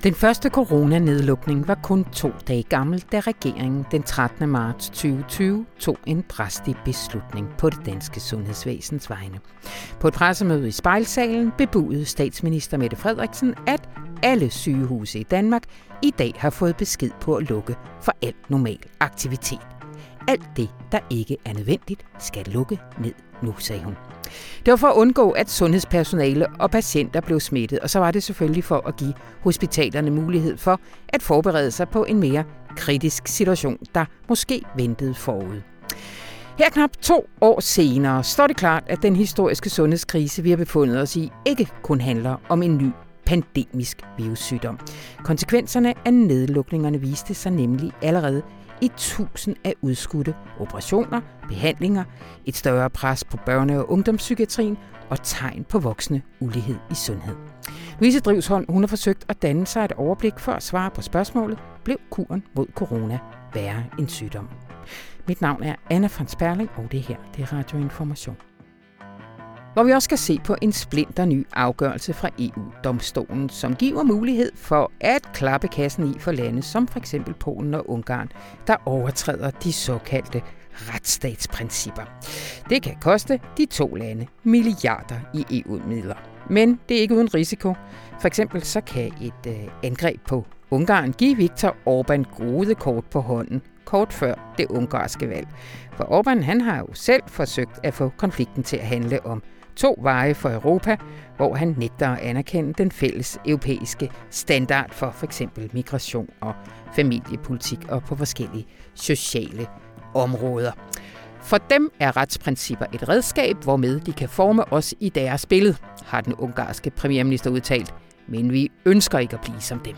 Den første coronanedlukning var kun 2 dage gammel, da regeringen den 13. marts 2020 tog en drastisk beslutning på det danske sundhedsvæsens vegne. På et pressemøde i Spejlsalen bebudede statsminister Mette Frederiksen, at alle sygehuse i Danmark i dag har fået besked på at lukke for al normal aktivitet. Alt det, der ikke er nødvendigt, skal lukke ned nu, sagde hun. Det var for at undgå, at sundhedspersonale og patienter blev smittet, og så var det selvfølgelig for at give hospitalerne mulighed for at forberede sig på en mere kritisk situation, der måske ventede forud. Her knap 2 år senere står det klart, at den historiske sundhedskrise, vi har befundet os i, ikke kun handler om en ny pandemisk virussygdom. Konsekvenserne af nedlukningerne viste sig nemlig allerede i 1000 af udskudte operationer, behandlinger, et større pres på børne- og ungdomspsykiatrien og tegn på voksende ulighed i sundhed. Louise Drivsholm, hun har forsøgt at danne sig et overblik for at svare på spørgsmålet: blev kuren mod corona værre end sygdom? Mit navn er Anna von Sperling, og det er Radio Information. Hvor vi også skal se på en splinterny afgørelse fra EU-domstolen, som giver mulighed for at klappe kassen i for lande som f.eks. Polen og Ungarn, der overtræder de såkaldte retsstatsprincipper. Det kan koste de 2 lande milliarder i EU-midler. Men det er ikke uden risiko. For eksempel så kan et angreb på Ungarn give Viktor Orbán gode kort på hånden, kort før det ungarske valg. For Orbán, han har jo selv forsøgt at få konflikten til at handle om 2 veje for Europa, hvor han nægter at anerkende den fælles europæiske standard for f.eks. migration og familiepolitik og på forskellige sociale områder. For dem er retsprincipper et redskab, hvormed de kan forme os i deres billede, har den ungarske premierminister udtalt, men vi ønsker ikke at blive som dem.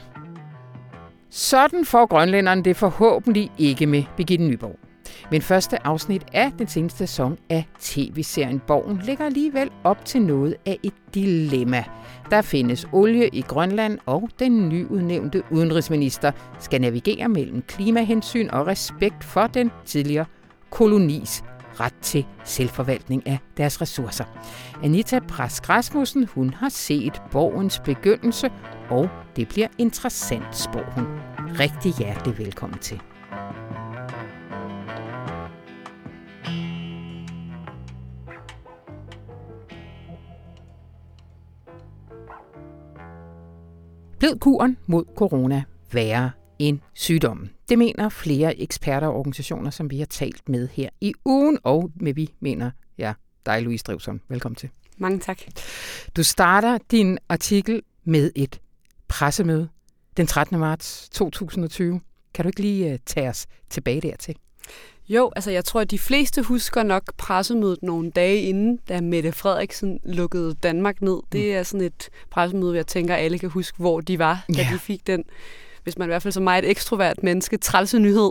Sådan får grønlænderne det forhåbentlig ikke med Birgitte Nyborg. Men første afsnit af den seneste sæson af tv-serien Borgen ligger alligevel op til noget af et dilemma. Der findes olie i Grønland, og den nyudnævnte udenrigsminister skal navigere mellem klimahensyn og respekt for den tidligere kolonis ret til selvforvaltning af deres ressourcer. Anita Brask Rasmussen, hun har set Borgens begyndelse, og det bliver interessant, spår hun. Rigtig hjertelig velkommen til. Blev kuren mod corona værre end sygdommen? Det mener flere eksperter og organisationer, som vi har talt med her i ugen, og med vi mener dig, Louise Drivsholm. Velkommen til. Mange tak. Du starter din artikel med et pressemøde den 13. marts 2020. Kan du ikke lige tage os tilbage dertil? Jo, altså jeg tror, at de fleste husker nok pressemødet nogle dage inden, da Mette Frederiksen lukkede Danmark ned. Det er sådan et pressemøde, jeg tænker, alle kan huske, hvor de var, da de fik den, hvis man i hvert fald som mig et ekstrovert menneske, trælse nyhed.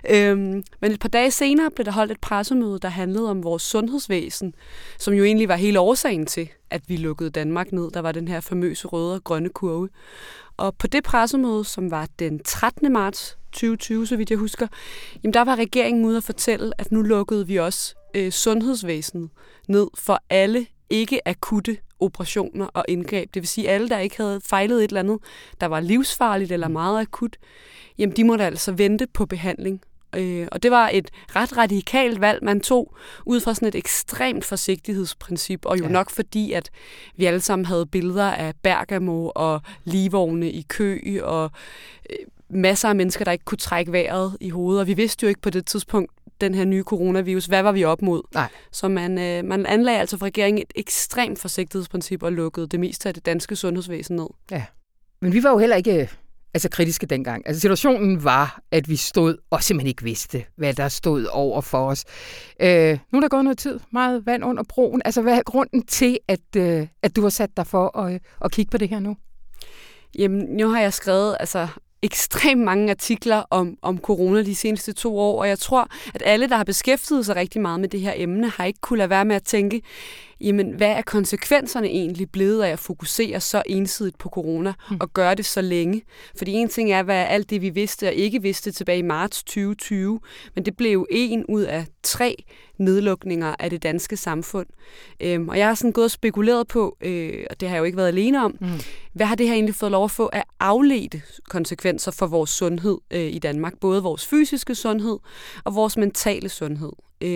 Men et par dage senere blev der holdt et pressemøde, der handlede om vores sundhedsvæsen, som jo egentlig var hele årsagen til, at vi lukkede Danmark ned. Der var den her famøse røde og grønne kurve. Og på det pressemøde, som var den 13. marts 2020, så vidt jeg husker, jamen der var regeringen ude at fortælle, at nu lukkede vi også sundhedsvæsenet ned for alle ikke-akutte operationer og indgreb. Det vil sige, alle, der ikke havde fejlet et eller andet, der var livsfarligt eller meget akut, jamen de måtte altså vente på behandling. Og det var et ret radikalt valg, man tog ud fra sådan et ekstremt forsigtighedsprincip, og jo nok fordi, at vi alle sammen havde billeder af Bergamo og ligevogne i kø, og masser af mennesker, der ikke kunne trække vejret i hovedet, og vi vidste jo ikke på det tidspunkt, den her nye coronavirus, hvad var vi op mod? Nej. Så man anlagde altså fra regeringen et ekstremt forsigtighedsprincip og lukkede det meste af det danske sundhedsvæsen ned. Ja, men vi var jo heller ikke kritiske dengang. Altså situationen var, at vi stod og simpelthen ikke vidste, hvad der stod over for os. Nu er der gået noget tid, meget vand under broen. Altså hvad er grunden til, at du har sat dig for at kigge på det her nu? Jamen, nu har jeg skrevet ekstremt mange artikler om corona de seneste 2 år, og jeg tror, at alle, der har beskæftiget sig rigtig meget med det her emne, har ikke kunne lade være med at tænke, jamen, hvad er konsekvenserne egentlig blevet af at fokusere så ensidigt på corona og gøre det så længe? Fordi en ting er, hvad alt det, vi vidste og ikke vidste tilbage i marts 2020, men det blev 1 ud af 3 nedlukninger af det danske samfund. Og jeg har sådan gået og spekuleret på, og det har jeg jo ikke været alene om, hvad har det her egentlig fået lov at få af afledte konsekvenser for vores sundhed i Danmark? Både vores fysiske sundhed og vores mentale sundhed.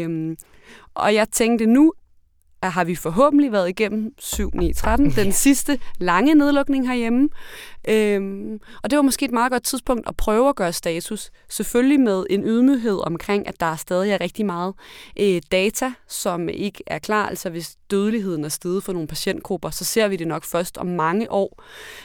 Og jeg tænkte, nu har vi forhåbentlig været igennem 7-9-13, den sidste lange nedlukning herhjemme. Og det var måske et meget godt tidspunkt at prøve at gøre status. Selvfølgelig med en ydmyghed omkring, at der stadig er rigtig meget data, som ikke er klar. Altså hvis dødeligheden er steget for nogle patientgrupper, så ser vi det nok først om mange år.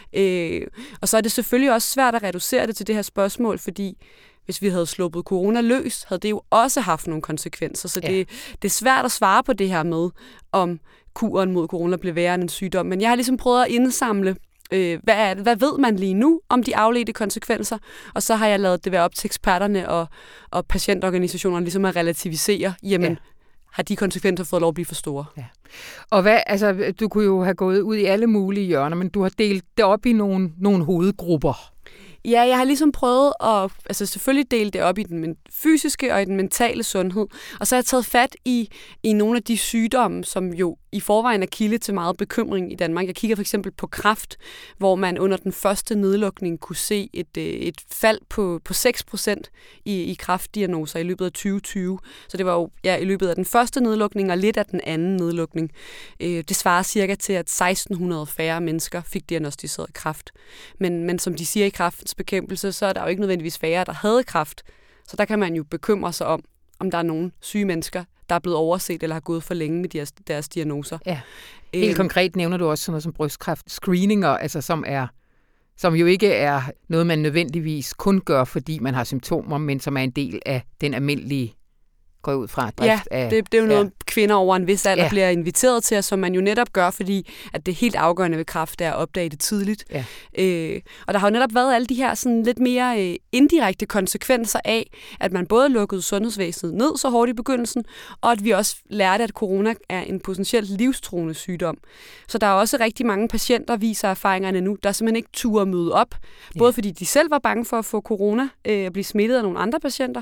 Og så er det selvfølgelig også svært at reducere det til det her spørgsmål, fordi hvis vi havde sluppet corona løs, havde det jo også haft nogle konsekvenser. Så det er svært at svare på det her med, om kuren mod corona bliver værre end en sygdom. Men jeg har ligesom prøvet at indsamle, hvad ved man lige nu om de afledte konsekvenser? Og så har jeg ladet det være op til eksperterne og patientorganisationerne ligesom at relativisere, jamen, har de konsekvenser fået lov at blive for store? Ja. Og hvad, altså, du kunne jo have gået ud i alle mulige hjørner, men du har delt det op i nogle hovedgrupper. Ja, jeg har ligesom prøvet at selvfølgelig dele det op i den fysiske og i den mentale sundhed. Og så har jeg taget fat i nogle af de sygdomme, som jo i forvejen er kilde til meget bekymring i Danmark. Jeg kigger for eksempel på kræft, hvor man under den første nedlukning kunne se et fald på 6% i kræftdiagnoser i løbet af 2020. Så det var jo i løbet af den første nedlukning og lidt af den anden nedlukning. Det svarer cirka til, at 1.600 færre mennesker fik diagnosticeret kræft. Men som de siger i kræftens bekæmpelse, så er der jo ikke nødvendigvis færre, der havde kræft. Så der kan man jo bekymre sig om der er nogle syge mennesker, der er blevet overset eller har gået for længe med deres diagnoser. Ja. Helt konkret nævner du også sådan noget som brystkræft-screeninger, altså som jo ikke er noget, man nødvendigvis kun gør, fordi man har symptomer, men som er en del af den almindelige går ud fra drift af... det er jo noget, kvinder over en vis alder bliver inviteret til, og som man jo netop gør, fordi at det helt afgørende ved kræft er at opdage det tidligt. Ja. Og der har jo netop været alle de her sådan lidt mere indirekte konsekvenser af, at man både lukkede sundhedsvæsenet ned så hårdt i begyndelsen, og at vi også lærte, at corona er en potentielt livstruende sygdom. Så der er også rigtig mange patienter, viser erfaringerne nu, der simpelthen ikke turde møde op, både fordi de selv var bange for at få corona og blive smittet af nogle andre patienter,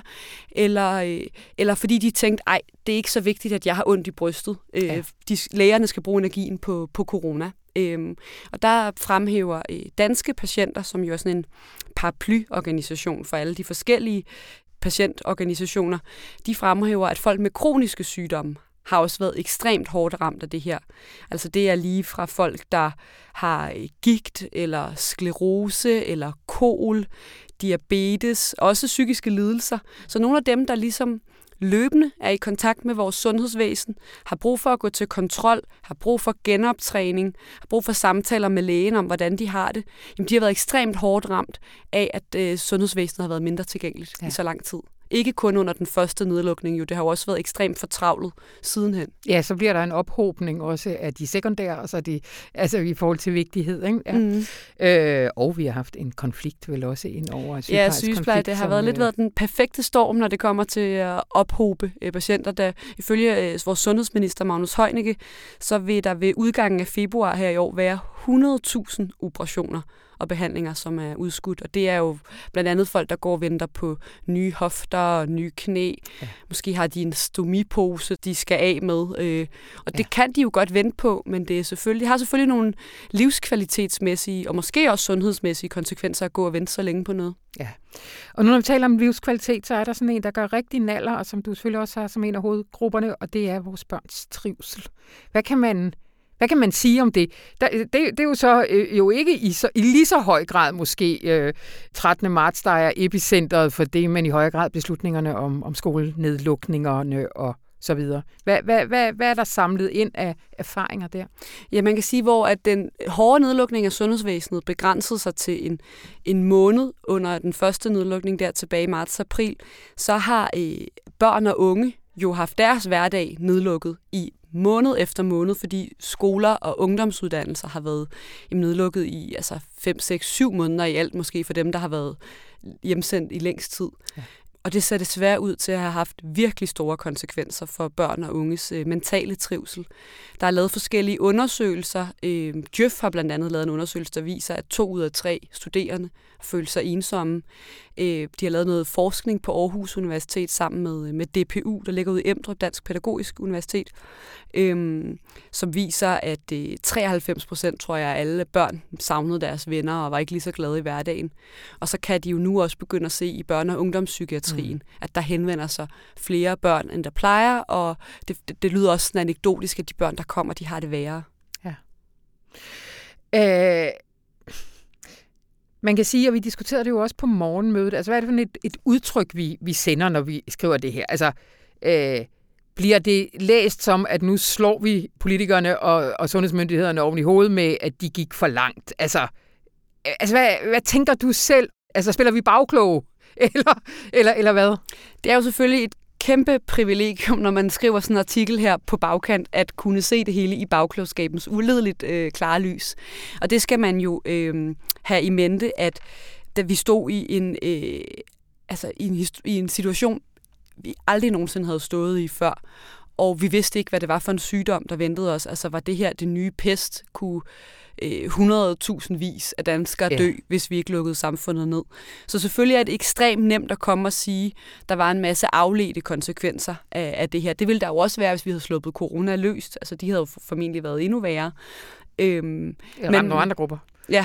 eller fordi de tænkte, det er ikke så vigtigt, at jeg har ondt i brystet. Lægerne skal bruge energien på corona. Og der fremhæver Danske Patienter, som jo er sådan en paraplyorganisation for alle de forskellige patientorganisationer, de fremhæver, at folk med kroniske sygdomme har også været ekstremt hårdt ramt af det her. Altså det er lige fra folk, der har gigt, eller sklerose, eller kol, diabetes, også psykiske lidelser. Så nogle af dem, der ligesom løbende er i kontakt med vores sundhedsvæsen, har brug for at gå til kontrol, har brug for genoptræning, har brug for samtaler med lægen om, hvordan de har det, jamen de har været ekstremt hårdt ramt af, at sundhedsvæsenet har været mindre tilgængeligt i så lang tid. Ikke kun under den første nedlukning, jo. Det har jo også været ekstremt fortravlet sidenhen. Ja, så bliver der en ophobning også af de sekundære, og så altså i forhold til vigtighed. Ikke? Ja. Og vi har haft en konflikt vel også ind over sygepleje. Det har været den perfekte storm, når det kommer til at ophobe patienter. Da ifølge vores sundhedsminister Magnus Heunicke, så vil der ved udgangen af februar her i år være 100.000 operationer og behandlinger, som er udskudt. Og det er jo blandt andet folk, der går og venter på nye hofter og nye knæ. Ja. Måske har de en stomipose, de skal af med. Og det kan de jo godt vente på, men det har selvfølgelig nogle livskvalitetsmæssige og måske også sundhedsmæssige konsekvenser at gå og vente så længe på noget. Ja. Og nu når vi taler om livskvalitet, så er der sådan en, der gør rigtig naller, og som du selvfølgelig også har som en af hovedgrupperne, og det er vores børns trivsel. Hvad kan man sige om det? Det er jo så jo ikke i lige så høj grad måske 13. marts, der er epicentret for det, men i højere grad beslutningerne om skolenedlukningerne og så videre. Hvad er der samlet ind af erfaringer der? Ja, man kan sige, hvor at den hårde nedlukning af sundhedsvæsenet begrænsede sig til en måned under den første nedlukning der tilbage i marts-april, så har børn og unge jo haft deres hverdag nedlukket i måned efter måned, fordi skoler og ungdomsuddannelser har været nedlukket i 5, 6, 7 måneder i alt, måske for dem, der har været hjemsendt i længst tid. Ja. Og det ser desværre ud til at have haft virkelig store konsekvenser for børn og unges mentale trivsel. Der er lavet forskellige undersøgelser. Djøf har blandt andet lavet en undersøgelse, der viser, at 2 ud af 3 studerende føler sig ensomme. De har lavet noget forskning på Aarhus Universitet sammen med DPU, der ligger ude i Emdrup, Dansk Pædagogisk Universitet, som viser, at 93%, tror jeg, af alle børn savnede deres venner og var ikke lige så glade i hverdagen. Og så kan de jo nu også begynde at se i børne- og ungdomspsykiatrien, at der henvender sig flere børn, end der plejer, og det lyder også sådan anekdotisk, at de børn, der kommer, de har det værre. Ja. Man kan sige, og vi diskuterede det jo også på morgenmødet, altså hvad er det for et udtryk, vi sender, når vi skriver det her? Altså, bliver det læst som, at nu slår vi politikerne og sundhedsmyndighederne oven i hovedet med, at de gik for langt? Altså hvad tænker du selv? Altså, spiller vi bagkloge? Eller hvad? Det er jo selvfølgelig et kæmpe privilegium, når man skriver sådan en artikel her på bagkant, at kunne se det hele i bagklogskabens uledeligt klare lys. Og det skal man jo have i mente, at da vi stod i en situation, vi aldrig nogensinde havde stået i før, og vi vidste ikke, hvad det var for en sygdom, der ventede os. Altså, var det her det nye pest? Kunne 100.000 vis af danskere dø, hvis vi ikke lukkede samfundet ned. Så selvfølgelig er det ekstremt nemt at komme og sige, der var en masse afledte konsekvenser af det her. Det ville der jo også være, hvis vi havde sluppet corona løst. Altså, de havde jo formentlig været endnu værre. Men nogle andre grupper. Ja.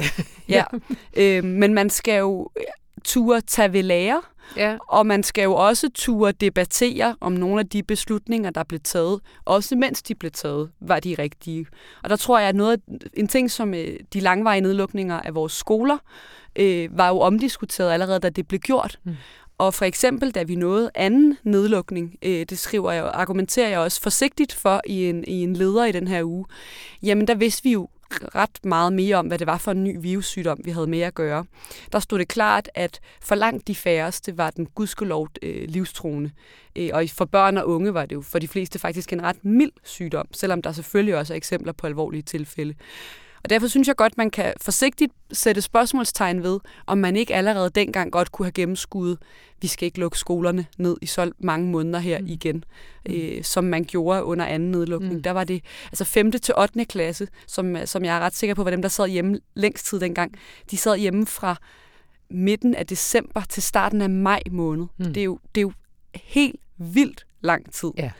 Men man skal jo turde tage ved lære, og man skal jo også turde debattere om nogle af de beslutninger, der blev taget, også mens de blev taget, var de rigtige. Og der tror jeg, at en ting som de langvarige nedlukninger af vores skoler, var jo omdiskuteret allerede, da det blev gjort. Og for eksempel, da vi nåede anden nedlukning, det argumenterer jeg også forsigtigt for i en leder i den her uge, jamen der vidste vi jo ret meget mere om, hvad det var for en ny virussygdom, vi havde med at gøre. Der stod det klart, at for langt de færreste var den gudskelov livstruende. Og for børn og unge var det jo for de fleste faktisk en ret mild sygdom, selvom der selvfølgelig også er eksempler på alvorlige tilfælde. Og derfor synes jeg godt, man kan forsigtigt sætte spørgsmålstegn ved, om man ikke allerede dengang godt kunne have gennemskuet, vi skal ikke lukke skolerne ned i så mange måneder her igen, som man gjorde under anden nedlukning. Der var det altså 5. til 8. klasse, som jeg er ret sikker på, var dem, der sad hjemme længst tid dengang. De sad hjemme fra midten af december til starten af maj måned. Det er jo helt vildt lang tid. Ja.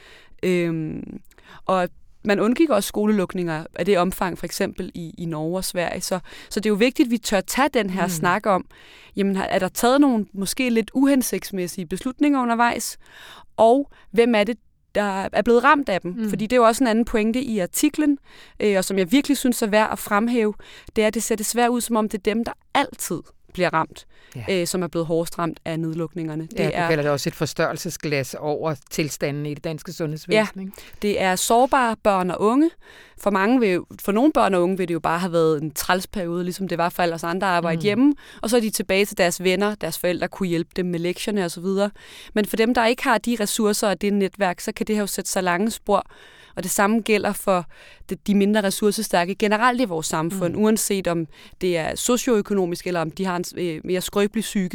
Og man undgik også skolelukninger af det omfang, for eksempel i Norge og Sverige. Så det er jo vigtigt, at vi tør tage den her snak om, jamen er der taget nogle måske lidt uhensigtsmæssige beslutninger undervejs, og hvem er det, der er blevet ramt af dem? Fordi det er jo også en anden pointe i artiklen, og som jeg virkelig synes er værd at fremhæve, det er, at det ser desværre ud, som om det er dem, der altid bliver ramt, som er blevet hårdest ramt af nedlukningerne. Du kalder det også et forstørrelsesglas over tilstanden i det danske sundhedsvæsen. Ja, det er sårbare børn og unge. For nogle børn og unge vil det jo bare have været en trælsperiode, ligesom det var for alle os andre at arbejde hjemme, og så er de tilbage til deres venner, deres forældre kunne hjælpe dem med lektierne osv. Men for dem, der ikke har de ressourcer og det netværk, så kan det her jo sætte sig lange spor. Og det samme gælder for de mindre ressourcestærke generelt i vores samfund, uanset om det er socioøkonomisk, eller om de har en mere skrøbelig psyke.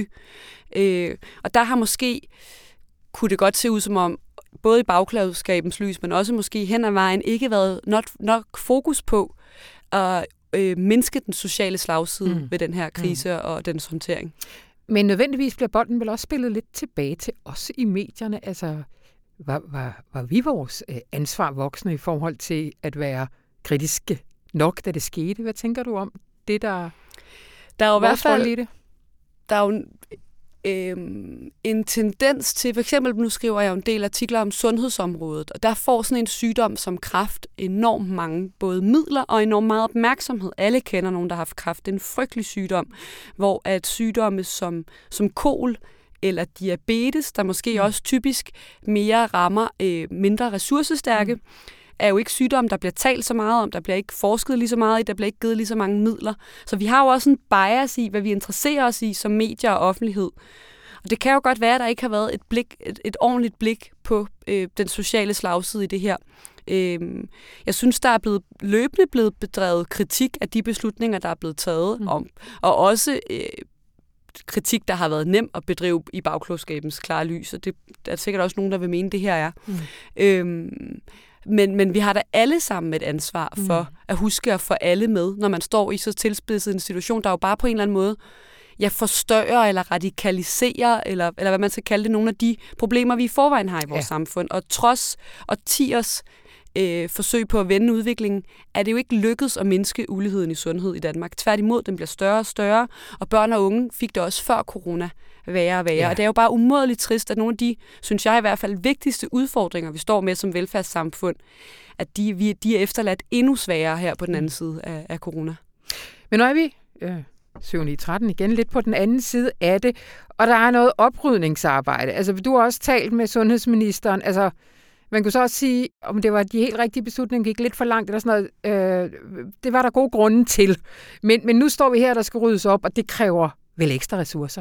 Og der har kunne det godt se ud som om, både i bagklogskabens lys, men også måske hen ad vejen, ikke været nok fokus på at mindske den sociale slagside ved den her krise og dens håndtering. Men nødvendigvis bliver bolden vel også spillet lidt tilbage til os i medierne, altså var vi vores ansvar voksne i forhold til at være kritiske nok, da det skete? Hvad tænker du om det, der er jo i hvert fald i det? Der er jo en tendens til, for eksempel nu skriver jeg jo en del artikler om sundhedsområdet, og der får sådan en sygdom som kræft enormt mange både midler og enormt meget opmærksomhed. Alle kender nogen, der har haft kræft. Det er en frygtelig sygdom, hvor at sygdomme som kol eller diabetes, der måske også typisk mere rammer mindre ressourcestærke, er jo ikke sygdomme, der bliver talt så meget om, der bliver ikke forsket lige så meget i, der bliver ikke givet lige så mange midler. Så vi har jo også en bias i, hvad vi interesserer os i som medier og offentlighed. Og det kan jo godt være, at der ikke har været et ordentligt blik på den sociale slagside i det her. Jeg synes, der er løbende blevet bedrevet kritik af de beslutninger, der er blevet taget om, og også kritik, der har været nem at bedrive i bagklogskabens klare lys, og det er sikkert også nogen, der vil mene, det her er. Men vi har da alle sammen et ansvar for at huske at få alle med, når man står i så tilspidset en situation, der jo bare på en eller anden måde forstørrer eller radikaliserer, eller hvad man skal kalde det, nogle af de problemer, vi i forvejen har i vores samfund. Og trods årtiers forsøg på at vende udviklingen, er det jo ikke lykkedes at mindske uligheden i sundhed i Danmark. Tværtimod, den bliver større og større, og børn og unge fik det også før corona værre og værre. Ja. Og det er jo bare umådeligt trist, at nogle af de, synes jeg i hvert fald, vigtigste udfordringer, vi står med som velfærdssamfund, at de er efterladt endnu sværere her på den anden side af corona. Men nu er vi 7-9-13 igen lidt på den anden side af det, og der er noget oprydningsarbejde. Altså, du har også talt med sundhedsministeren, altså man kunne så også sige, om det var de helt rigtige beslutninger, gik lidt for langt, eller sådan noget. Det var der gode grunde til. Men nu står vi her, der skal ryddes op, og det kræver vel ekstra ressourcer.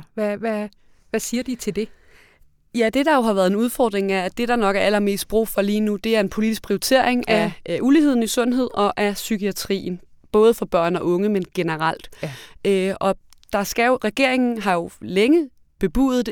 Hvad siger de til det? Ja, det der jo har været en udfordring er, at det der nok er allermest brug for lige nu, det er en politisk prioritering af uligheden i sundhed og af psykiatrien. Både for børn og unge, men generelt. Ja. Og regeringen har jo længe bebudet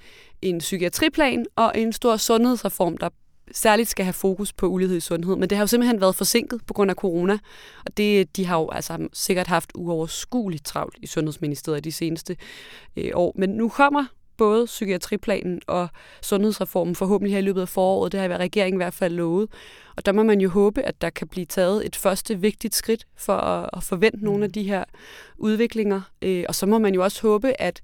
en psykiatriplan og en stor sundhedsreform, der særligt skal have fokus på ulighed i sundhed. Men det har jo simpelthen været forsinket på grund af corona. Og de har jo altså sikkert haft uoverskueligt travlt i Sundhedsministeriet de seneste år. Men nu kommer både psykiatriplanen og sundhedsreformen forhåbentlig her i løbet af foråret. Det har regeringen i hvert fald lovet. Og der må man jo håbe, at der kan blive taget et første vigtigt skridt for at forvente nogle af de her udviklinger. Og så må man jo også håbe, at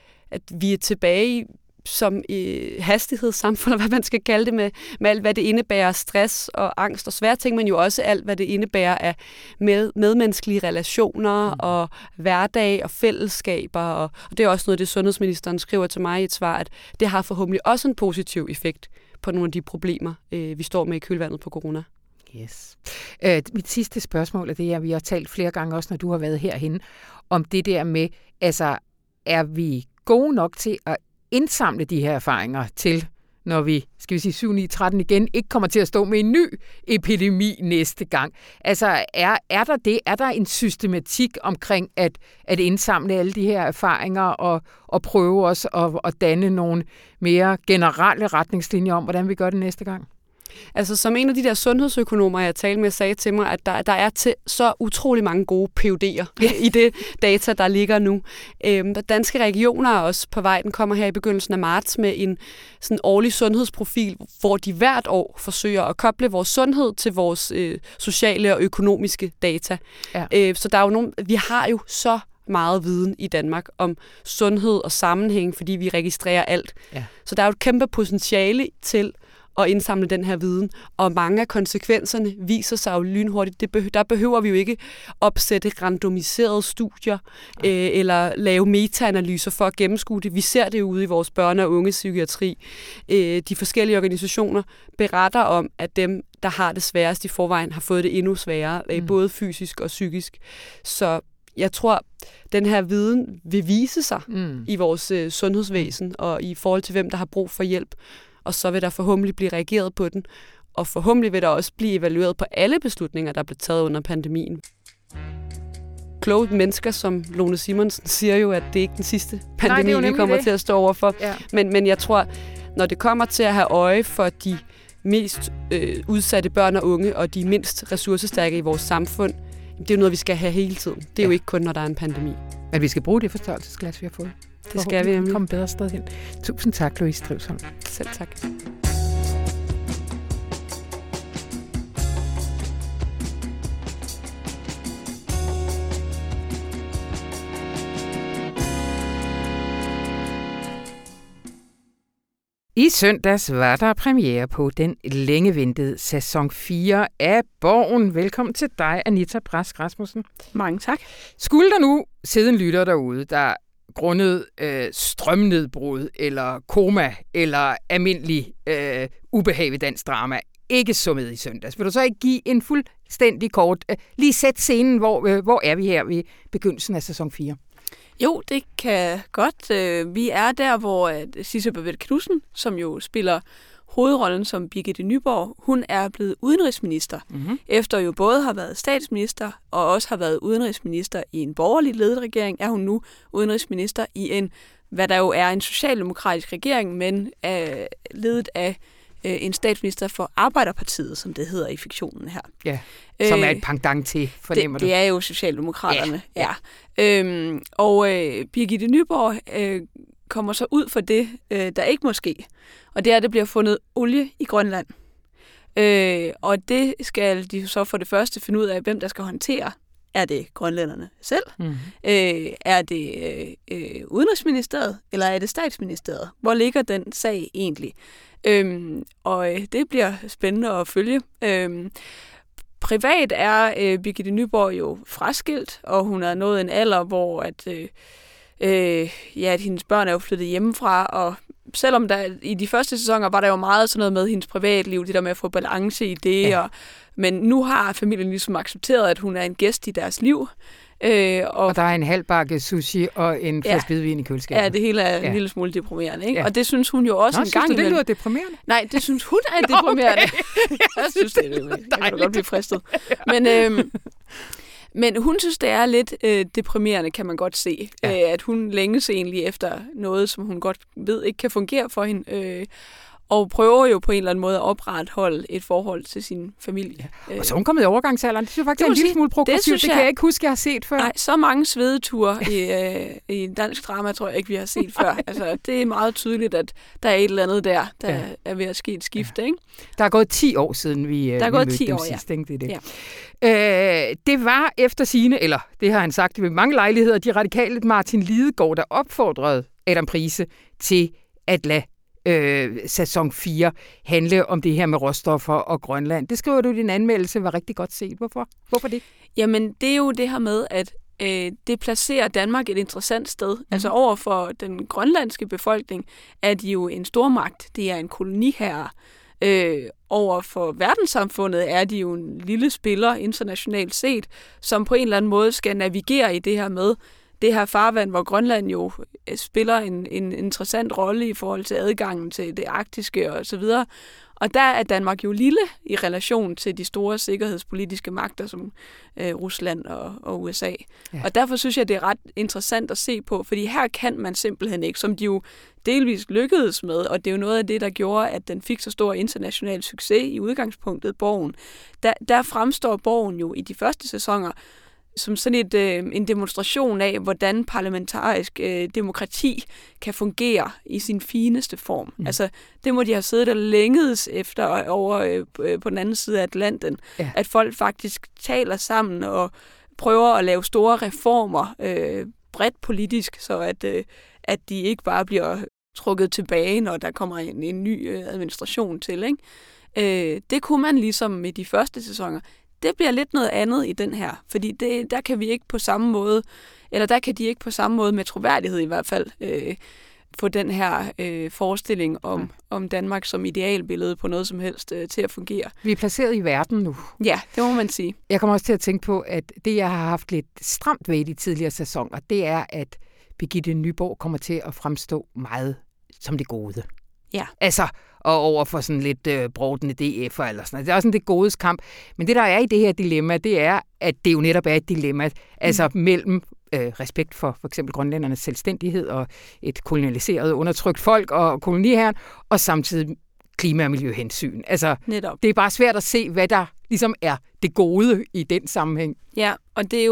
vi er tilbage som hastighedssamfund, eller hvad man skal kalde det, med alt, hvad det indebærer stress og angst og svære ting, men jo også alt, hvad det indebærer af medmenneskelige relationer og hverdag og fællesskaber. Og det er også noget, det sundhedsministeren skriver til mig i et svar, at det har forhåbentlig også en positiv effekt på nogle af de problemer, vi står med i kølvandet på corona. Yes. Mit sidste spørgsmål er det, at vi har talt flere gange også, når du har været herhenne, om det der med, altså, er vi gode nok til at indsamle de her erfaringer til, når vi, skal vi sige 7-9-13 igen, ikke kommer til at stå med en ny epidemi næste gang. Altså, er der det? Er der en systematik omkring at indsamle alle de her erfaringer og prøve også at danne nogle mere generelle retningslinjer om, hvordan vi gør det næste gang? Altså, som en af de der sundhedsøkonomer, jeg talte med, sagde til mig, at der er så utrolig mange gode PhD'er i det data, der ligger nu. Danske regioner er også på vej. Den kommer her i begyndelsen af marts med en sådan årlig sundhedsprofil, hvor de hvert år forsøger at koble vores sundhed til vores sociale og økonomiske data. Ja. Så der er jo vi har jo så meget viden i Danmark om sundhed og sammenhæng, fordi vi registrerer alt. Ja. Så der er jo et kæmpe potentiale til at indsamle den her viden, og mange af konsekvenserne viser sig jo lynhurtigt. Der behøver vi jo ikke opsætte randomiserede studier eller lave metaanalyser for at gennemskue det. Vi ser det jo ude i vores børne- og ungepsykiatri. De forskellige organisationer beretter om, at dem, der har det sværest i forvejen, har fået det endnu sværere, både fysisk og psykisk. Så jeg tror, den her viden vil vise sig i vores sundhedsvæsen og i forhold til, hvem der har brug for hjælp. Og så vil der forhåbentlig blive reageret på den, og forhåbentlig vil der også blive evalueret på alle beslutninger, der blev taget under pandemien. Kloge mennesker som Lone Simonsen siger jo, at det ikke er den sidste pandemi, vi kommer til at stå overfor. Ja. Men jeg tror, når det kommer til at have øje for de mest udsatte børn og unge, og de mindst ressourcestærke i vores samfund, det er jo noget, vi skal have hele tiden. Det er jo ikke kun, når der er en pandemi. Men vi skal bruge det forstørrelsesglas, vi har fået. Det skal vi nemlig. Komme bedre sted hen. Tusind tak, Louise Drivsholm. Selv tak. I søndags var der premiere på den længe ventede sæson 4 af Borgen. Velkommen til dig, Anita Brask Rasmussen. Mange tak. Skulle der nu sidde en lytter derude, der grundet strømnedbrud eller koma eller almindelig ubehag ved dansk drama ikke så med i søndags, vil du så ikke give en fuldstændig kort, lige sæt scenen, hvor er vi her ved begyndelsen af sæson 4? Jo, det kan godt. Vi er der, hvor Sisse Babette Knudsen, som jo spiller hovedrollen som Birgitte Nyborg, hun er blevet udenrigsminister. Mm-hmm. Efter jo både har været statsminister og også har været udenrigsminister i en borgerlig ledet regering, er hun nu udenrigsminister i en hvad der jo er en socialdemokratisk regering, men ledet af en statsminister for Arbejderpartiet, som det hedder i fiktionen her. Ja, som er et pendant til, fornemmer du? Det er jo Socialdemokraterne, ja. Og Birgitte Nyborg kommer så ud for det, der ikke må ske. Og det er, at der bliver fundet olie i Grønland. Og det skal de så for det første finde ud af, hvem der skal håndtere. Er det grønlænderne selv? Er det Udenrigsministeriet? Eller er det Statsministeriet? Hvor ligger den sag egentlig? Og det bliver spændende at følge. Privat er Birgitte Nyborg jo fraskilt, og hun er nået en alder, hvor at hendes børn er jo flyttet hjemmefra, og selvom der i de første sæsoner var der jo meget sådan noget med hendes privatliv, det der med at få balance i det, men nu har familien ligesom accepteret, at hun er en gæst i deres liv. Og der er en halv bakke sushi og en flaske hvidvin i køleskabet. Ja, det hele er en lille smule deprimerende, ikke? Ja. Og det synes hun jo også en gang imellem. Det lyder deprimerende? Nej, det synes hun er deprimerende. Okay. Jeg synes, det er deprimerende. Jeg kan godt blive fristet. Men hun synes, det er lidt deprimerende, kan man godt se. At hun længes egentlig efter noget, som hun godt ved ikke kan fungere for hende. Og prøver jo på en eller anden måde at opretholde et forhold til sin familie. Ja. Og så er hun kommet i overgangsalderen. Det synes jeg faktisk er en lille smule progressivt. Det kan jeg ikke huske, jeg har set før. Nej, så mange svedeture i dansk drama, tror jeg ikke, vi har set før. Altså, det er meget tydeligt, at der er et eller andet der er ved at ske et skifte. Ikke? Der er gået 10 år siden, vi mødte dem sidst. Det. Ja. Det var efter sigende, eller det har han sagt ved mange lejligheder, de radikale Martin Lidegaard, der opfordrede Adam Price til at lade sæson 4 handle om det her med råstoffer og Grønland. Det skriver du i din anmeldelse, var rigtig godt set. Hvorfor det? Jamen, det er jo det her med, at det placerer Danmark et interessant sted. Altså over for den grønlandske befolkning er de jo en stormagt. Det er en koloniherre. Over for verdenssamfundet er de jo en lille spiller internationalt set, som på en eller anden måde skal navigere i det her med det her farvand, hvor Grønland jo spiller en interessant rolle i forhold til adgangen til det arktiske og så videre. Og der er Danmark jo lille i relation til de store sikkerhedspolitiske magter som Rusland og USA. Ja. Og derfor synes jeg, det er ret interessant at se på, fordi her kan man simpelthen ikke, som de jo delvis lykkedes med, og det er jo noget af det, der gjorde, at den fik så stor international succes i udgangspunktet, Borgen. Der fremstår Borgen jo i de første sæsoner som sådan en demonstration af, hvordan parlamentarisk demokrati kan fungere i sin fineste form. Altså, det må de have siddet og længedes efter over på den anden side af Atlanten. Ja. At folk faktisk taler sammen og prøver at lave store reformer bredt politisk, så at de ikke bare bliver trukket tilbage, når der kommer en ny administration til. Ikke? Det kunne man ligesom i de første sæsoner. Det bliver lidt noget andet i den her, fordi der kan vi ikke på samme måde, eller der kan de ikke på samme måde med troværdighed i hvert fald få den her forestilling om Danmark som idealbillede på noget som helst til at fungere. Vi er placeret i verden nu. Ja, det må man sige. Jeg kommer også til at tænke på, at det, jeg har haft lidt stramt ved i de tidligere sæsoner, det er, at Birgitte Nyborg kommer til at fremstå meget som det gode. Ja. Altså, og over for sådan lidt brodende DF'er eller sådan noget. Det er også sådan det godes kamp. Men det, der er i det her dilemma, det er, at det jo netop er et dilemma. Altså mellem respekt for eksempel grønlændernes selvstændighed og et kolonialiseret, undertrykt folk og koloniherren, og samtidig klima- og miljøhensyn. Altså, netop. Det er bare svært at se, hvad der ligesom er det gode i den sammenhæng. Ja, og det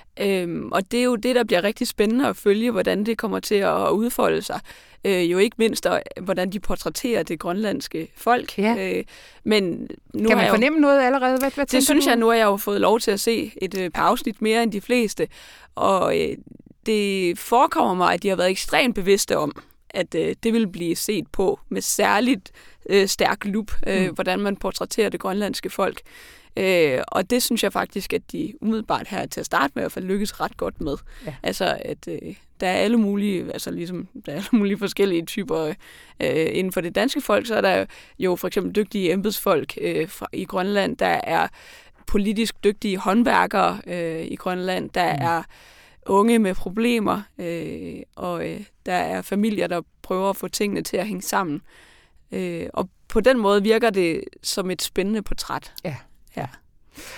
er jo det, der bliver rigtig spændende at følge, hvordan det kommer til at udfolde sig. Jo ikke mindst, hvordan de portrætterer det grønlandske folk. Ja. Men nu kan man fornemme noget allerede? Hvad det synes jeg, nu har jeg jo fået lov til at se et par afsnit mere end de fleste. Og det forekommer mig, at de har været ekstremt bevidste om, at det vil blive set på med særligt stærk lup, hvordan man portrætterer det grønlandske folk. Og det synes jeg faktisk, at de umiddelbart her til at starte med i hvert fald lykkes ret godt med. Ja. Altså, at der er alle mulige, altså ligesom der er alle mulige forskellige typer inden for det danske folk, så er der jo for eksempel dygtige embedsfolk i Grønland, der er politisk dygtige håndværkere i Grønland, der er unge med problemer, og der er familier, der prøver at få tingene til at hænge sammen. Og på den måde virker det som et spændende portræt. Ja.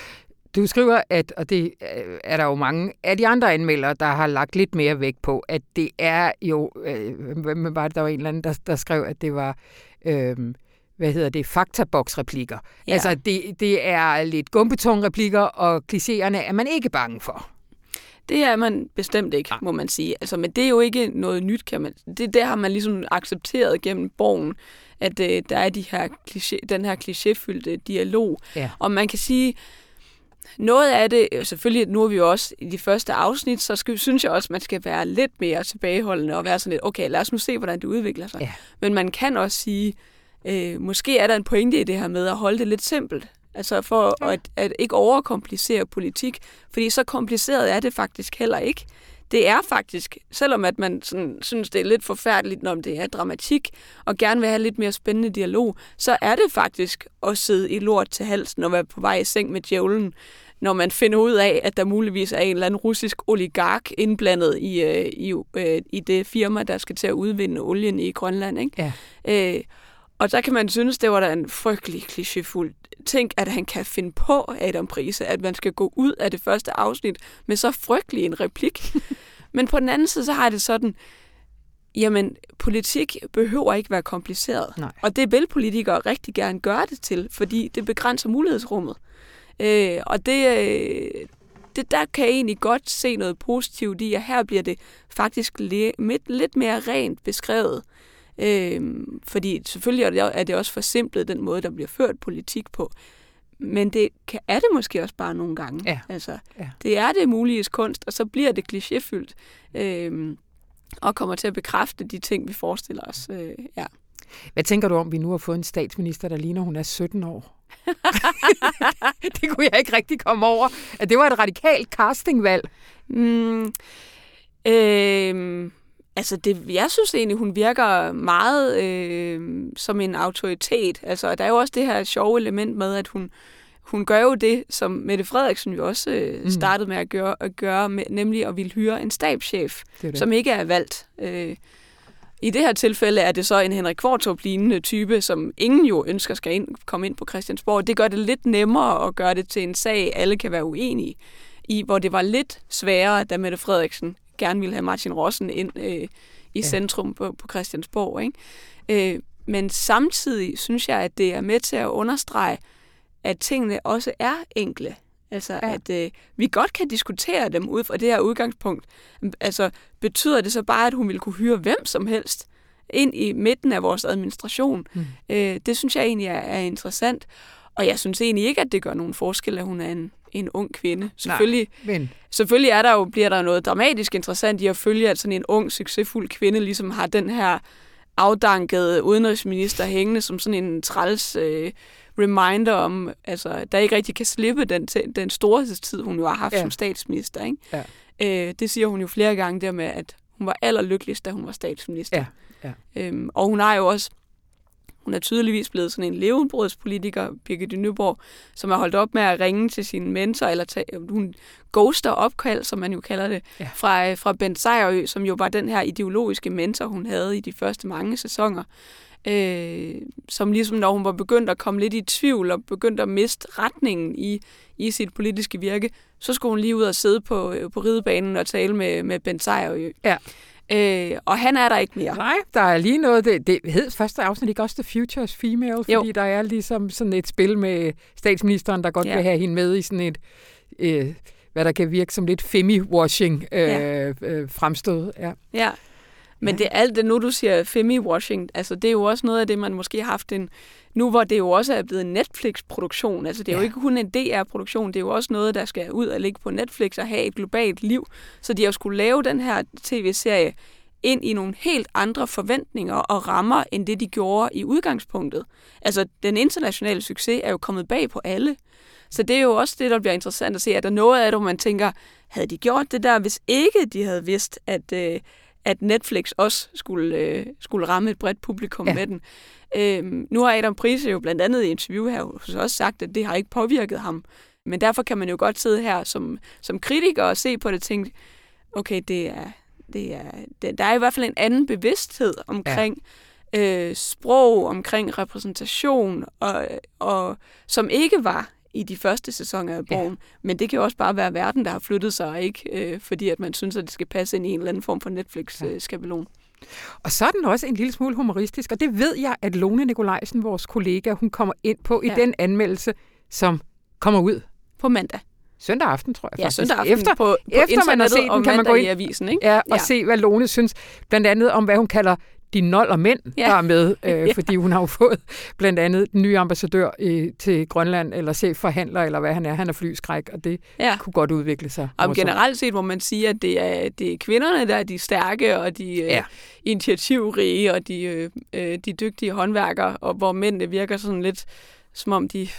du skriver, at, og det er der jo mange af de andre anmeldere, der har lagt lidt mere vægt på, at det er jo, der var en eller anden, der skrev, at det var, faktaboksreplikker. Ja. Altså, det er lidt gumbetonreplikker, og klichéerne er man ikke bange for. Det er man bestemt ikke, må man sige. Altså, men det er jo ikke noget nyt, kan man. Det har man ligesom accepteret gennem Borgen, at der er den her klichéfyldte dialog. Ja. Og man kan sige, noget af det, selvfølgelig nu er vi jo også i de første afsnit, så synes jeg også, at man skal være lidt mere tilbageholdende og være sådan lidt, okay, lad os nu se, hvordan det udvikler sig. Ja. Men man kan også sige, måske er der en pointe i det her med at holde det lidt simpelt. Altså for at ikke overkomplicere politik, fordi så kompliceret er det faktisk heller ikke. Det er faktisk, selvom at man sådan, synes, det er lidt forfærdeligt, når det er dramatik, og gerne vil have lidt mere spændende dialog, så er det faktisk at sidde i lort til halsen og være på vej i seng med djævlen, når man finder ud af, at der muligvis er en eller anden russisk oligark indblandet i det firma, der skal til at udvinde olien i Grønland. Ikke? Ja. Og der kan man synes, det var da en frygtelig klichéfuld. Tænk, at han kan finde på, Adam Price, at man skal gå ud af det første afsnit med så frygtelig en replik. Men på den anden side, så har det sådan, jamen, politik behøver ikke være kompliceret. Nej. Og det vil politikere rigtig gerne gøre det til, fordi det begrænser mulighedsrummet. Og det der kan jeg egentlig godt se noget positivt i, at her bliver det faktisk lidt mere rent beskrevet. Fordi selvfølgelig er det også forsimplet den måde, der bliver ført politik på. Men det er det måske også bare nogle gange. Ja. Altså, det er det muliges kunst, og så bliver det klichéfyldt og kommer til at bekræfte de ting, vi forestiller os. Ja. Hvad tænker du om, vi nu har fået en statsminister, der ligner, hun er 17 år? Det kunne jeg ikke rigtig komme over. At det var et radikalt castingvalg. Altså, jeg synes egentlig, hun virker meget som en autoritet. Altså, der er jo også det her sjove element med, at hun gør jo det, som Mette Frederiksen jo også startede med at gøre nemlig at ville hyre en stabschef, som ikke er valgt. I det her tilfælde er det så en Henrik Qvortrup-lignende type, som ingen jo ønsker skal komme ind på Christiansborg. Det gør det lidt nemmere at gøre det til en sag, alle kan være uenige i, hvor det var lidt sværere, da Mette Frederiksen gerne ville have Martin Rossen ind i centrum på Christiansborg. Ikke? Men samtidig synes jeg, at det er med til at understrege, at tingene også er enkle. Altså, at vi godt kan diskutere dem ud fra det her udgangspunkt. Altså, betyder det så bare, at hun ville kunne hyre hvem som helst ind i midten af vores administration? Det synes jeg egentlig er interessant. Og jeg synes egentlig ikke, at det gør nogen forskel, at hun er en ung kvinde. Selvfølgelig bliver der noget dramatisk interessant i at følge, at sådan en ung, succesfuld kvinde ligesom har den her afdankede udenrigsminister hængende som sådan en træls reminder om, altså, der ikke rigtig kan slippe den storhedstid, hun jo har haft som statsminister. Ikke? Ja. Det siger hun jo flere gange der med, at hun var allerlykkeligst, da hun var statsminister. Ja. Ja. Og hun har jo også hun er tydeligvis blevet sådan en levenbrudspolitiker, Birgitte Nyborg, som har holdt op med at ringe til sin mentor, eller hun ghoster opkald, som man jo kalder det, fra Bent Sejerø, som jo var den her ideologiske mentor, hun havde i de første mange sæsoner. Som ligesom, når hun var begyndt at komme lidt i tvivl, og begyndt at miste retningen i sit politiske virke, så skulle hun lige ud og sidde på ridebanen og tale med Bent Sejerø. Ja. Og han er der ikke mere. Nej, der er lige noget, det hed første afsnit ikke også The Future is Female, fordi der er ligesom sådan et spil med statsministeren, der godt vil have hende med i sådan et, hvad der kan virke som lidt femi-washing fremstød. Ja. Men det er alt det, nu du siger femi-washing, altså det er jo også noget af det, man måske har haft nu hvor det jo også er blevet en Netflix-produktion, altså det er jo ikke kun en DR-produktion, det er jo også noget, der skal ud og ligge på Netflix og have et globalt liv, så de har skulle lave den her tv-serie ind i nogle helt andre forventninger og rammer, end det de gjorde i udgangspunktet. Altså den internationale succes er jo kommet bag på alle, så det er jo også det, der bliver interessant at se, at der er noget af det, hvor man tænker, havde de gjort det der, hvis ikke de havde vidst, at Netflix også skulle ramme et bredt publikum med den. Nu har Adam Price jo blandt andet i interview her også sagt, at det har ikke påvirket ham. Men derfor kan man jo godt sidde her som kritiker og se på det og tænke, okay, der er i hvert fald en anden bevidsthed omkring sprog, omkring repræsentation, og som ikke var i de første sæsoner af Borgen. Men det kan jo også bare være verden, der har flyttet sig, ikke? Fordi at man synes, at det skal passe ind i en eller anden form for Netflix-skabelon. Og så er den også en lille smule humoristisk, og det ved jeg, at Lone Nikolajsen, vores kollega, hun kommer ind på i den anmeldelse, som kommer ud på mandag. Søndag aften, tror jeg. Ja, søndag aften på efter man har set den, kan man gå ind i avisen, ikke? Og se, hvad Lone synes. Blandt andet om, hvad hun kalder de noller mænd, der er med. Fordi hun har jo fået blandt andet den nye ambassadør til Grønland, eller chefforhandler, eller hvad han er. Han er flyskræk, og det kunne godt udvikle sig. Og generelt set, hvor man siger, at det er kvinderne, der er de stærke, og de initiativrige, og de dygtige håndværkere, og hvor mændene virker sådan lidt, som om de...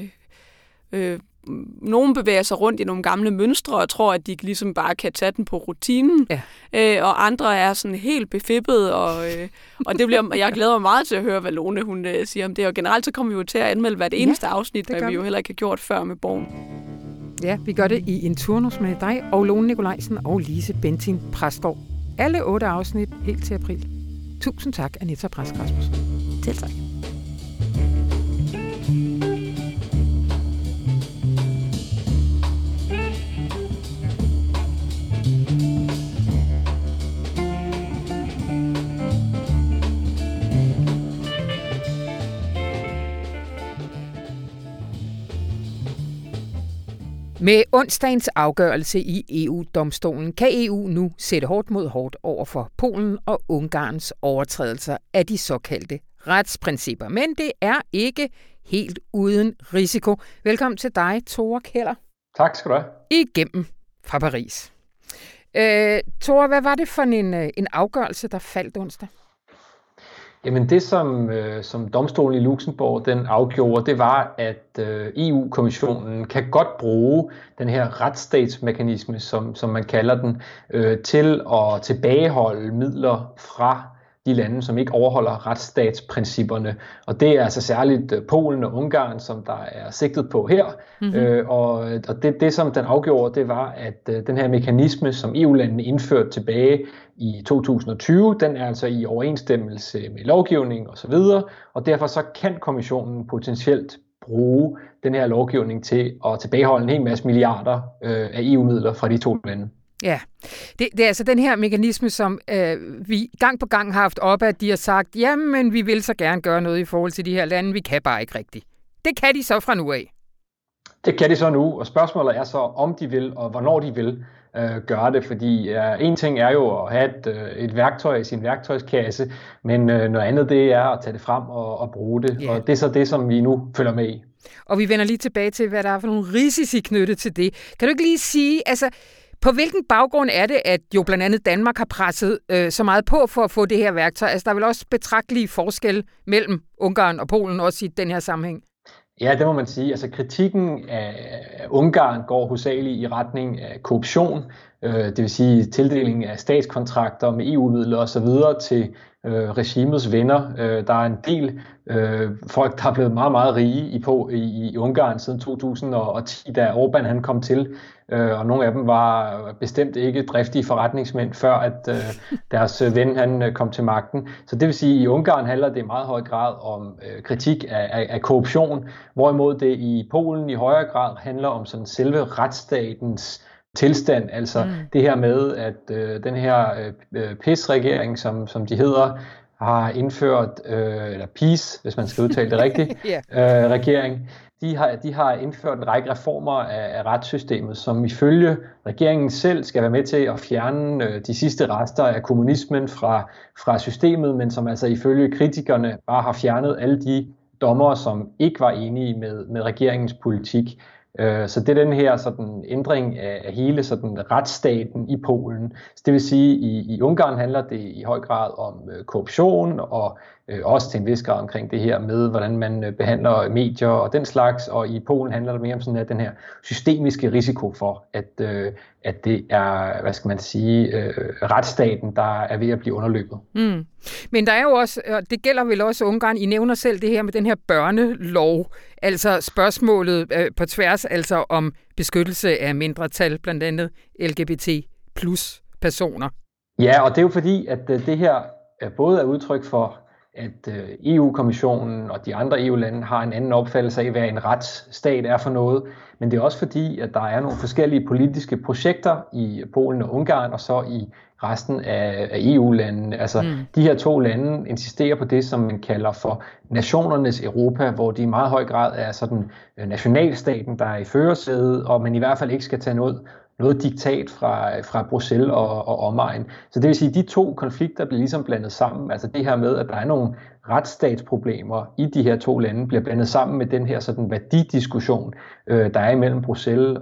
nogen bevæger sig rundt i nogle gamle mønstre og tror, at de ligesom bare kan tage den på rutinen. Og andre er sådan helt befippet, og det bliver, jeg glæder mig meget til at høre, hvad Lone hun siger om det. Og generelt så kommer vi jo til at anmelde hvert eneste afsnit, hvad vi jo heller ikke har gjort før med Borgen. Ja, vi gør det i en turnus med dig og Lone Nikolajsen og Lise Bentin Præstgaard. Alle 8 afsnit helt til april. Tusind tak, Anita Brask Rasmussen. Selv tak. Med onsdagens afgørelse i EU-domstolen kan EU nu sætte hårdt mod hårdt over for Polen og Ungarns overtrædelser af de såkaldte retsprincipper. Men det er ikke helt uden risiko. Velkommen til dig, Tore Keller. Tak skal du have. Igennem fra Paris. Tore, hvad var det for en afgørelse, der faldt onsdag? Jamen det, som domstolen i Luxembourg den afgjorde, det var, at EU-kommissionen kan godt bruge den her retsstatsmekanisme, som man kalder den, til at tilbageholde midler fra de lande, som ikke overholder retsstatsprincipperne. Og det er altså særligt Polen og Ungarn, som der er sigtet på her. Mm-hmm. Og det, som den afgjorde, det var, at den her mekanisme, som EU-landene indførte tilbage i 2020, den er altså i overensstemmelse med lovgivning osv., og derfor så kan kommissionen potentielt bruge den her lovgivning til at tilbageholde en hel masse milliarder af EU-midler fra de to lande. Ja, det er altså den her mekanisme, som vi gang på gang har haft op, at de har sagt, jamen vi vil så gerne gøre noget i forhold til de her lande, vi kan bare ikke rigtigt. Det kan de så fra nu af. Det kan de så nu, og spørgsmålet er så, om de vil, og hvornår de vil gøre det, fordi en ting er jo at have et værktøj i sin værktøjskasse, men noget andet det er at tage det frem og bruge det, og det er så det, som vi nu følger med i. Og vi vender lige tilbage til, hvad der er for nogle risici knyttet til det. Kan du ikke lige sige, altså på hvilken baggrund er det, at jo blandt andet Danmark har presset så meget på for at få det her værktøj? Altså der er vel også betragtelige forskelle mellem Ungarn og Polen, også i den her sammenhæng? Ja, det må man sige. Altså kritikken af Ungarn går hovedsageligt i retning af korruption, det vil sige tildeling af statskontrakter med EU-midler osv. til regimets venner. Der er en del folk, der er blevet meget, meget rige i Ungarn siden 2010, da Orbán han kom til, og nogle af dem var bestemt ikke driftige forretningsmænd, før at deres ven han kom til magten. Så det vil sige, at i Ungarn handler det i meget høj grad om kritik af korruption, hvorimod det i Polen i højere grad handler om sådan selve retsstatens tilstand, altså det her med, at den her PiS-regering, som de hedder, har indført, eller PiS, hvis man skal udtale det rigtigt, regering, de har indført en række reformer af retssystemet, som ifølge regeringen selv skal være med til at fjerne de sidste rester af kommunismen fra systemet, men som altså ifølge kritikerne bare har fjernet alle de dommere, som ikke var enige med regeringens politik. Så det er den her sådan ændring af hele sådan retsstaten i Polen. Så det vil sige, i Ungarn handler det i høj grad om korruption og også til en vis grad omkring det her med, hvordan man behandler medier og den slags. Og i Polen handler det mere om sådan at den her systemiske risiko for, at det er, hvad skal man sige, retsstaten, der er ved at blive underløbet. Mm. Men der er jo også, og det gælder vel også Ungarn, I nævner selv det her med den her børnelov, altså spørgsmålet på tværs, altså om beskyttelse af mindretal, blandt andet LGBT plus personer. Ja, og det er jo fordi, at det her både er udtryk for at EU-kommissionen og de andre EU-lande har en anden opfattelse af, hvad en retsstat er for noget. Men det er også fordi, at der er nogle forskellige politiske projekter i Polen og Ungarn, og så i resten af EU-landene. Altså, de her to lande insisterer på det, som man kalder for nationernes Europa, hvor de i meget høj grad er sådan nationalstaten, der er i førersædet, og man i hvert fald ikke skal tage noget diktat fra Bruxelles og omegn. Så det vil sige, at de to konflikter bliver ligesom blandet sammen. Altså det her med, at der er nogle retsstatsproblemer i de her to lande, bliver blandet sammen med den her sådan værdidiskussion, der er imellem Bruxelles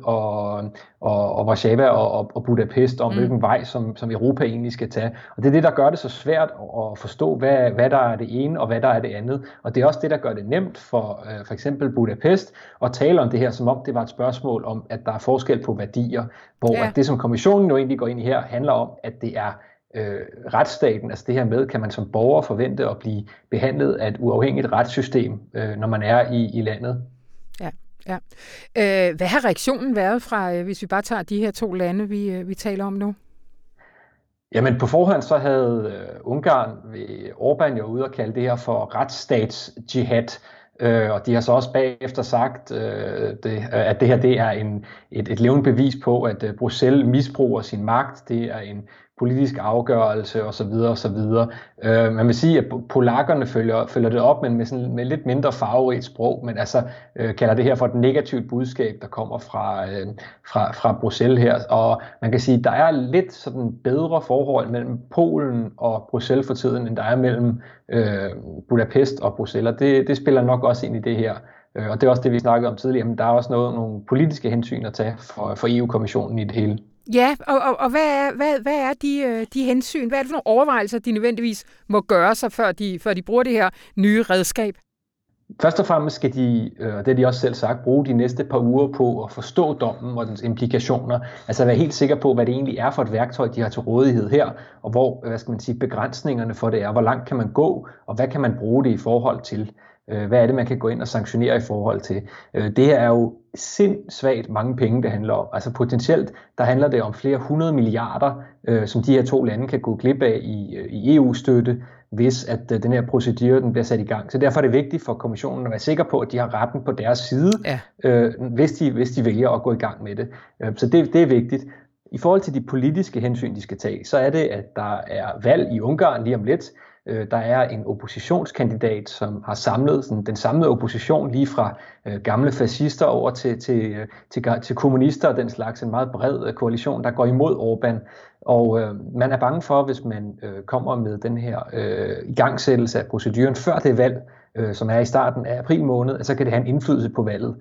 og Warszawa og Budapest om hvilken vej, som Europa egentlig skal tage. Og det er det, der gør det så svært at forstå, hvad der er det ene og hvad der er det andet. Og det er også det, der gør det nemt for eksempel Budapest at tale om det her, som om det var et spørgsmål om, at der er forskel på værdier, hvor at det, som kommissionen jo egentlig går ind i her, handler om, at det er retsstaten, altså det her med, kan man som borger forvente at blive behandlet af et uafhængigt retssystem, når man er i landet. Ja. Hvad har reaktionen været fra, hvis vi bare tager de her to lande, vi taler om nu? Jamen på forhånd så havde Ungarn ved Orbán jo ude og kalde det her for retsstatsjihad, og de har så også bagefter sagt, at det her det er et levende bevis på, at Bruxelles misbruger sin magt. Det er en politisk afgørelse osv. osv. Man vil sige, at polakkerne følger det op, men med lidt mindre farverigt sprog, men altså kalder det her for et negativt budskab, der kommer fra Bruxelles her. Og man kan sige, at der er lidt sådan bedre forhold mellem Polen og Bruxelles for tiden, end der er mellem Budapest og Bruxelles. Og det spiller nok også ind i det her. Og det er også det, vi snakkede om tidligere, men der er også nogle politiske hensyn at tage for EU-kommissionen i det hele. Ja, og hvad er de hensyn? Hvad er det for nogle overvejelser, de nødvendigvis må gøre sig, før de bruger det her nye redskab? Først og fremmest skal de, og det har de også selv sagt, bruge de næste par uger på at forstå dommen og dens implikationer. Altså være helt sikker på, hvad det egentlig er for et værktøj, de har til rådighed her, og hvor, begrænsningerne for det er. Hvor langt kan man gå, og hvad kan man bruge det i forhold til? Hvad er det, man kan gå ind og sanktionere i forhold til? Det her er jo sindssvagt mange penge, det handler om. Altså potentielt, der handler det om flere 100 milliarder, som de her to lande kan gå glip af i EU-støtte, hvis at den her procedure den bliver sat i gang. Så derfor er det vigtigt for kommissionen at være sikker på, at de har retten på deres side, hvis de vælger at gå i gang med det. Så det er vigtigt. I forhold til de politiske hensyn, de skal tage, så er det, at der er valg i Ungarn lige om lidt. Der er en oppositionskandidat, som har samlet den samlede opposition lige fra gamle fascister over til kommunister og den slags, en meget bred koalition, der går imod Orbán. Og man er bange for, hvis man kommer med den her igangsættelse af proceduren før det valg, som er i starten af april måned, så kan det have en indflydelse på valget.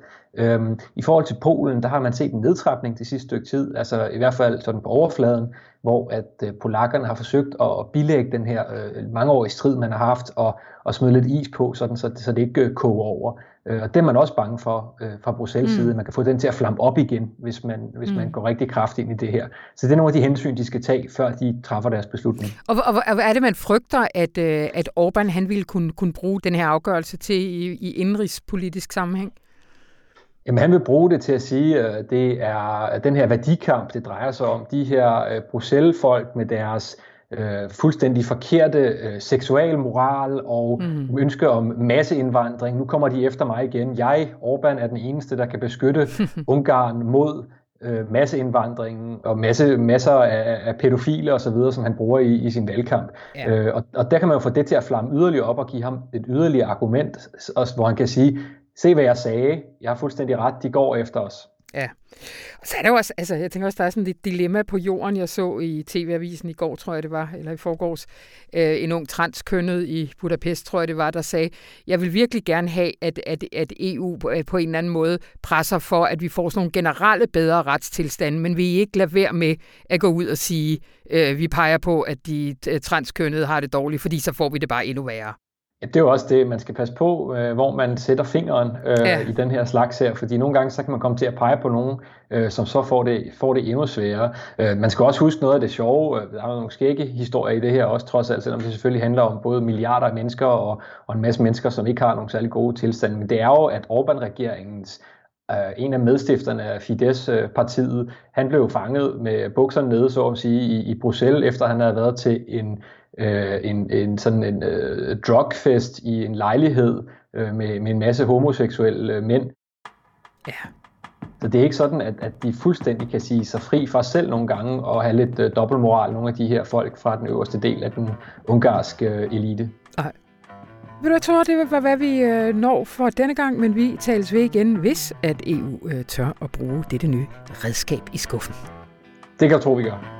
I forhold til Polen, der har man set en nedtrapning det sidste stykke tid, altså i hvert fald sådan på overfladen, hvor at polakkerne har forsøgt at bilægge den her mangeårige strid, man har haft, og smide lidt is på, sådan, så det ikke koger over. Og det er man også bange for fra Bruxelles side. Man kan få den til at flamme op igen, hvis man går rigtig kraftigt ind i det her. Så det er nogle af de hensyn, de skal tage, før de træffer deres beslutning. Og er det, man frygter, at Orbán han ville kunne bruge den her afgørelse til i indrigspolitisk sammenhæng? Jamen, han vil bruge det til at sige, at det er den her værdikamp, det drejer sig om. De her Bruxelles-folk med deres fuldstændig forkerte seksualmoral og ønske om masseindvandring. Nu kommer de efter mig igen. Orbán, er den eneste, der kan beskytte Ungarn mod masseindvandringen og masser af pædofile og så videre, som han bruger i sin valgkamp. Ja. Og der kan man jo få det til at flamme yderligere op og give ham et yderligere argument, hvor han kan sige, se hvad jeg sagde, jeg har fuldstændig ret, de går efter os. Ja, og så er der jo også, altså jeg tænker også, der er sådan et dilemma på jorden, jeg så i TV-avisen i går, tror jeg det var, eller i forgårs, en ung transkønnet i Budapest, tror jeg det var, der sagde, jeg vil virkelig gerne have, at EU på en eller anden måde presser for, at vi får sådan nogle generelle bedre retstilstande, men vi ikke lade være med at gå ud og sige, vi peger på, at de transkønnede har det dårligt, fordi så får vi det bare endnu værre. Ja, det er jo også det, man skal passe på, hvor man sætter fingeren i den her slags her, fordi nogle gange så kan man komme til at pege på nogen, som så får det endnu sværere. Man skal også huske noget af det sjove, der er nogle skægge historier i det her også trods alt, selvom det selvfølgelig handler om både milliarder af mennesker og en masse mennesker, som ikke har nogle særlig gode tilstande. Men det er jo, at Orbán-regeringens en af medstifterne af Fidesz-partiet, han blev fanget med bukserne nede, så at sige, i Bruxelles, efter han havde været til en en drugfest i en lejlighed med en masse homoseksuelle mænd. Ja. Så det er ikke sådan, at de fuldstændig kan sige sig fri fra selv nogle gange og have lidt dobbeltmoral, nogle af de her folk fra den øverste del af den ungarske elite. Nej. Ved du, jeg tror, det var, hvad vi når for denne gang, men vi tales ved igen, hvis at EU tør at bruge dette nye redskab i skuffen. Det kan jeg tro, vi gør.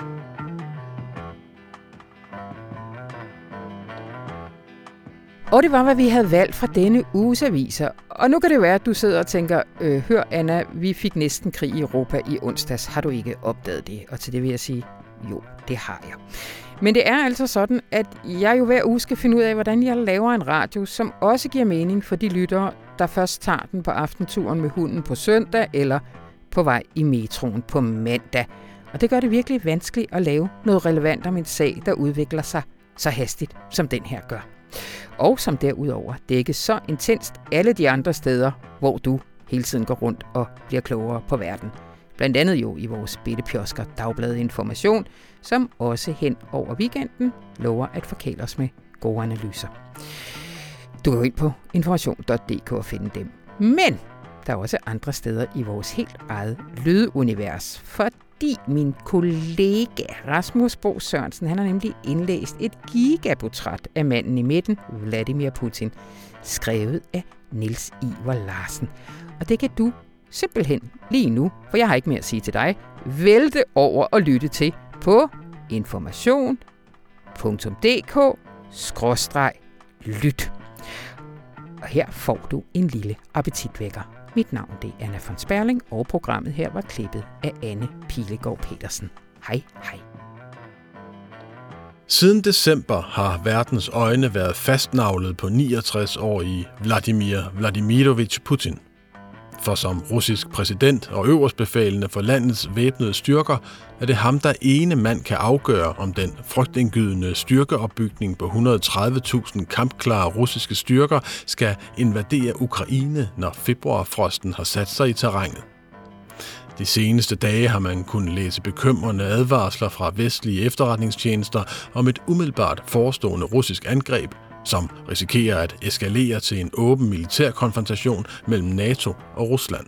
Og det var, hvad vi havde valgt fra denne uges aviser. Og nu kan det være, at du sidder og tænker, hør Anna, vi fik næsten krig i Europa i onsdags. Har du ikke opdaget det? Og til det vil jeg sige, jo, det har jeg. Men det er altså sådan, at jeg jo hver uge skal finde ud af, hvordan jeg laver en radio, som også giver mening for de lyttere, der først tager den på aftenturen med hunden på søndag, eller på vej i metroen på mandag. Og det gør det virkelig vanskeligt at lave noget relevant om en sag, der udvikler sig så hastigt, som den her gør. Og som derudover dækkes så intenst alle de andre steder, hvor du hele tiden går rundt og bliver klogere på verden. Blandt andet jo i vores bittepjosker Dagbladet Information, som også hen over weekenden lover at forkæle os med gode analyser. Du kan gå ind på information.dk og finde dem. Men der er også andre steder i vores helt eget lydunivers, fordi min kollega Rasmus Bo Sørensen, han har nemlig indlæst et gigaportræt af manden i midten, Vladimir Putin, skrevet af Niels Iver Larsen. Og det kan du simpelthen lige nu, for jeg har ikke mere at sige til dig, vælte over og lytte til på information.dk/lyt. Og her får du en lille appetitvækker. Mit navn det er Anna von Sperling, og programmet her var klippet af Anne Pilegaard Petersen. Hej hej. Siden december har verdens øjne været fastnaglet på 69-årige Vladimir Vladimirovich Putin. For som russisk præsident og øverstbefalende for landets væbnede styrker, er det ham, der ene mand kan afgøre, om den frygtindgydende styrkeopbygning på 130.000 kampklare russiske styrker skal invadere Ukraine, når februarfrosten har sat sig i terrænet. De seneste dage har man kunnet læse bekymrende advarsler fra vestlige efterretningstjenester om et umiddelbart forestående russisk angreb, som risikerer at eskalere til en åben militær konfrontation mellem NATO og Rusland.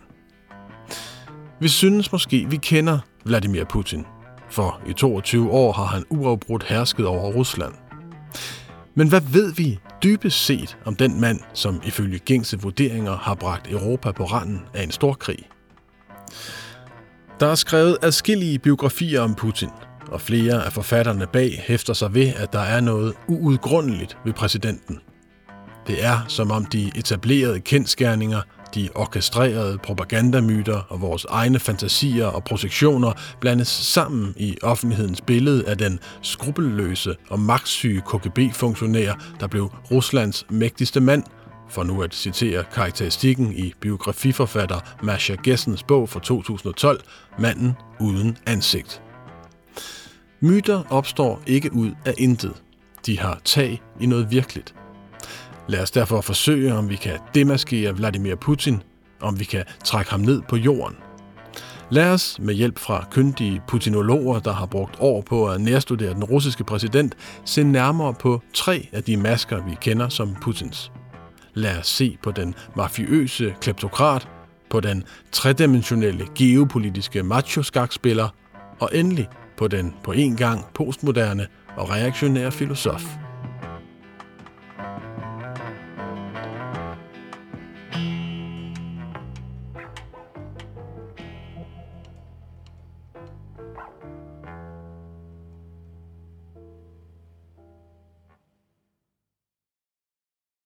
Vi synes måske, vi kender Vladimir Putin, for i 22 år har han uafbrudt hersket over Rusland. Men hvad ved vi dybest set om den mand, som ifølge gængse vurderinger har bragt Europa på randen af en storkrig? Der er skrevet adskillige biografier om Putin, og flere af forfatterne bag hæfter sig ved, at der er noget uudgrundeligt ved præsidenten. Det er, som om de etablerede kendsgerninger, de orkestrerede propagandamyter og vores egne fantasier og projektioner blandes sammen i offentlighedens billede af den skrupelløse og magtsyge KGB-funktionær, der blev Ruslands mægtigste mand, for nu at citere karakteristikken i biografiforfatter Masha Gessens bog fra 2012, Manden uden ansigt. Myter opstår ikke ud af intet. De har tag i noget virkeligt. Lad os derfor forsøge, om vi kan demaskere Vladimir Putin, om vi kan trække ham ned på jorden. Lad os med hjælp fra kyndige putinologer, der har brugt år på at nærstudere den russiske præsident, se nærmere på 3 af de masker, vi kender som Putins. Lad os se på den mafiøse kleptokrat, på den tredimensionelle geopolitiske macho-skakspiller og endelig på den på en gang postmoderne og reaktionære filosof.